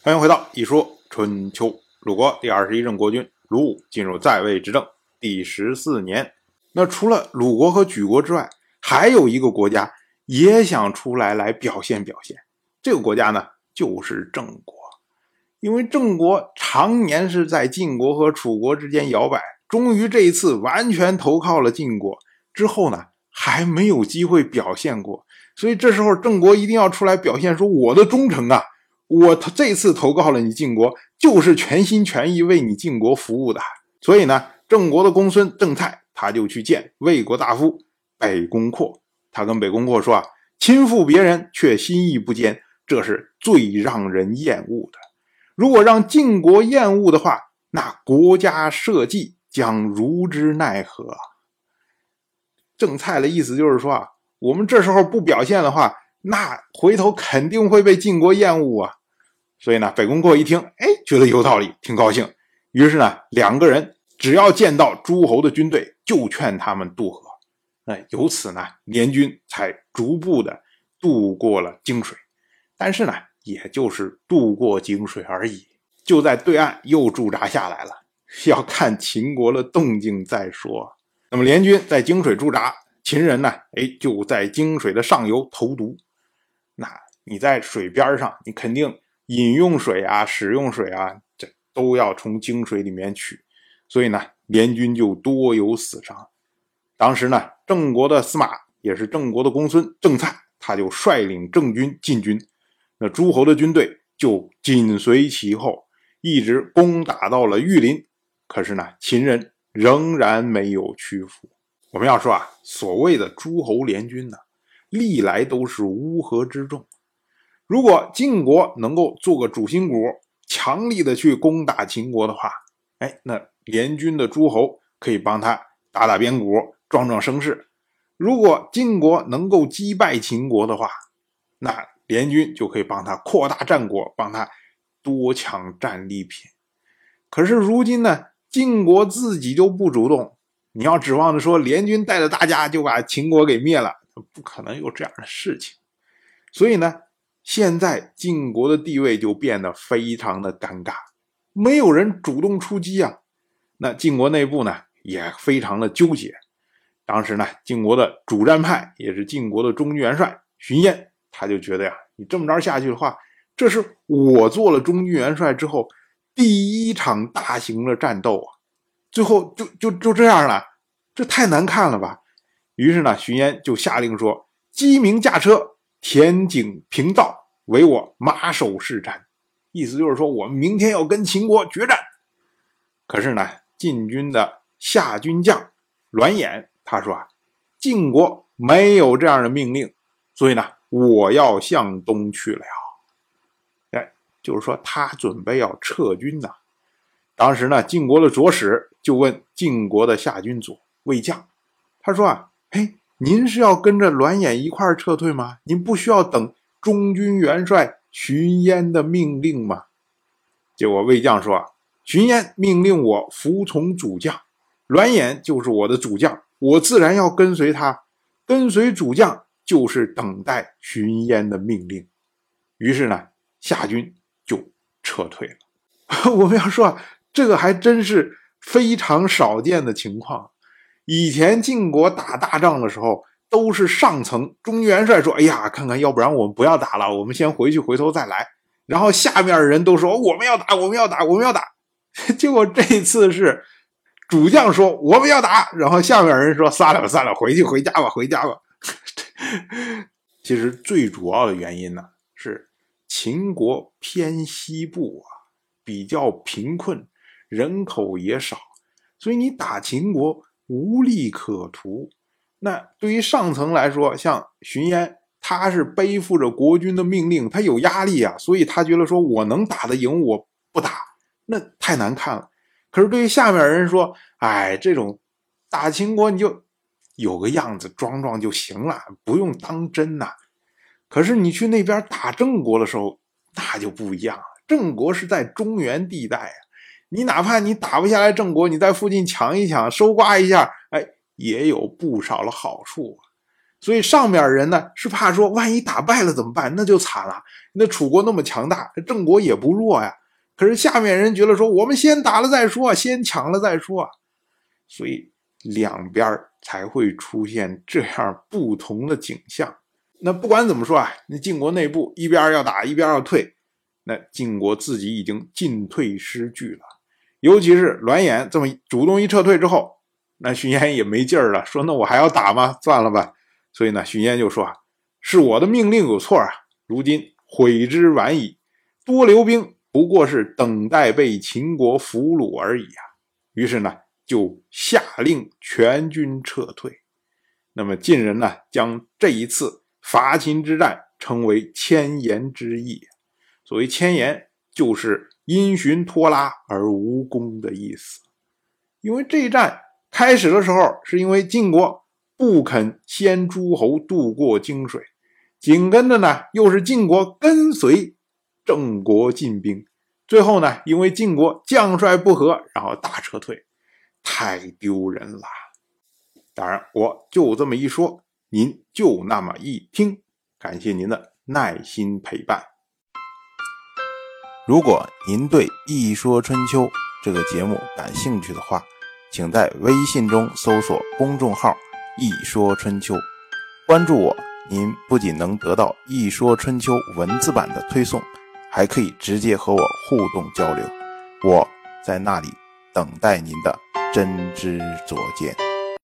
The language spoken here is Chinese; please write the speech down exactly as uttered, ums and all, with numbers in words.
欢迎回到一说春秋。鲁国第二十一任国君鲁武进入在位执政第十四年。那除了鲁国和莒国之外，还有一个国家也想出来来表现表现。这个国家呢，就是郑国。因为郑国常年是在晋国和楚国之间摇摆，终于这一次完全投靠了晋国，之后呢还没有机会表现过，所以这时候郑国一定要出来表现说，我的忠诚啊，我这次投靠了你晋国，就是全心全意为你晋国服务的。所以呢，郑国的公孙郑蔡他就去见魏国大夫北宫括，他跟北宫括说啊，亲附别人却心意不坚，这是最让人厌恶的。如果让晋国厌恶的话，那国家社稷将如之奈何？郑蔡的意思就是说啊，我们这时候不表现的话，那回头肯定会被晋国厌恶啊。所以呢，北宫括一听，哎，觉得有道理，挺高兴。于是呢，两个人只要见到诸侯的军队，就劝他们渡河。那由此呢，联军才逐步的渡过了泾水。但是呢，也就是渡过泾水而已，就在对岸又驻扎下来了，要看秦国的动静再说。那么联军在泾水驻扎，秦人呢，哎，就在泾水的上游投毒。那你在水边上，你肯定饮用水啊、使用水啊，这都要从泾水里面取，所以呢，联军就多有死伤。当时呢，郑国的司马也是郑国的公孙郑蔡，他就率领郑军进军，那诸侯的军队就紧随其后，一直攻打到了玉林。可是呢，秦人仍然没有屈服。我们要说啊，所谓的诸侯联军呢，历来都是乌合之众。如果晋国能够做个主心骨，强力的去攻打秦国的话，哎，那联军的诸侯可以帮他打打边鼓，壮壮声势。如果晋国能够击败秦国的话，那联军就可以帮他扩大战果，帮他多抢战利品。可是如今呢，晋国自己就不主动，你要指望着说联军带着大家就把秦国给灭了，不可能有这样的事情。所以呢，现在晋国的地位就变得非常的尴尬，没有人主动出击啊。那晋国内部呢，也非常的纠结。当时呢，晋国的主战派也是晋国的中军元帅荀嫣，他就觉得呀，你这么着下去的话，这是我做了中军元帅之后第一场大型的战斗啊，最后就就就这样了，这太难看了吧。于是呢，荀嫣就下令说，鸡鸣驾车，田井平道，为我马首是瞻。意思就是说，我们明天要跟秦国决战。可是呢，晋军的下军将栾衍他说啊，晋国没有这样的命令，所以呢，我要向东去了。哎，就是说他准备要撤军呢。当时呢，晋国的左使就问晋国的下军佐魏将，他说啊，嘿，您是要跟着栾衍一块儿撤退吗？您不需要等中军元帅荀嫣的命令吗？结果魏将说啊，荀嫣命令我服从主将，栾衍就是我的主将，我自然要跟随他，跟随主将就是等待荀嫣的命令。于是呢，夏军就撤退了。我们要说啊，这个还真是非常少见的情况。以前晋国打大仗的时候，都是上层中军元帅说，哎呀，看看要不然我们不要打了，我们先回去，回头再来。然后下面的人都说，我们要打，我们要打，我们要打。结果这一次是主将说我们要打，然后下面人说算了吧算了，回去回家吧回家吧。其实最主要的原因呢，是秦国偏西部啊，比较贫困，人口也少，所以你打秦国无利可图。那对于上层来说，像荀嫣，他是背负着国君的命令，他有压力啊，所以他觉得说我能打得赢我不打，那太难看了。可是对于下面人说，哎，这种打秦国你就有个样子装装就行了，不用当真呐。可是你去那边打郑国的时候，那就不一样了。郑国是在中原地带啊，你哪怕你打不下来郑国，你在附近抢一抢，收刮一下，哎，也有不少的好处啊。 所以上面人呢是怕说万一打败了怎么办，那就惨了，那楚国那么强大，郑国也不弱呀。可是下面人觉得说我们先打了再说，先抢了再说，所以两边才会出现这样不同的景象。那不管怎么说啊，那晋国内部一边要打一边要退，那晋国自己已经进退失据了。尤其是栾衍这么主动一撤退之后，那荀偃也没劲儿了，说那我还要打吗？算了吧。所以呢，荀偃就说啊，是我的命令有错啊，如今悔之晚矣，多留兵不过是等待被秦国俘虏而已啊。于是呢，就下令全军撤退。那么晋人呢，将这一次伐秦之战称为千言之役。所谓千言，就是因循拖拉而无功的意思。因为这一战开始的时候，是因为晋国不肯先诸侯渡过荆水，紧跟着呢又是晋国跟随郑国进兵，最后呢因为晋国将帅不和，然后大撤退，太丢人了。当然我就这么一说，您就那么一听，感谢您的耐心陪伴。如果您对《一说春秋》这个节目感兴趣的话，请在微信中搜索公众号一说春秋，关注我，您不仅能得到一说春秋文字版的推送，还可以直接和我互动交流，我在那里等待您的真知灼见。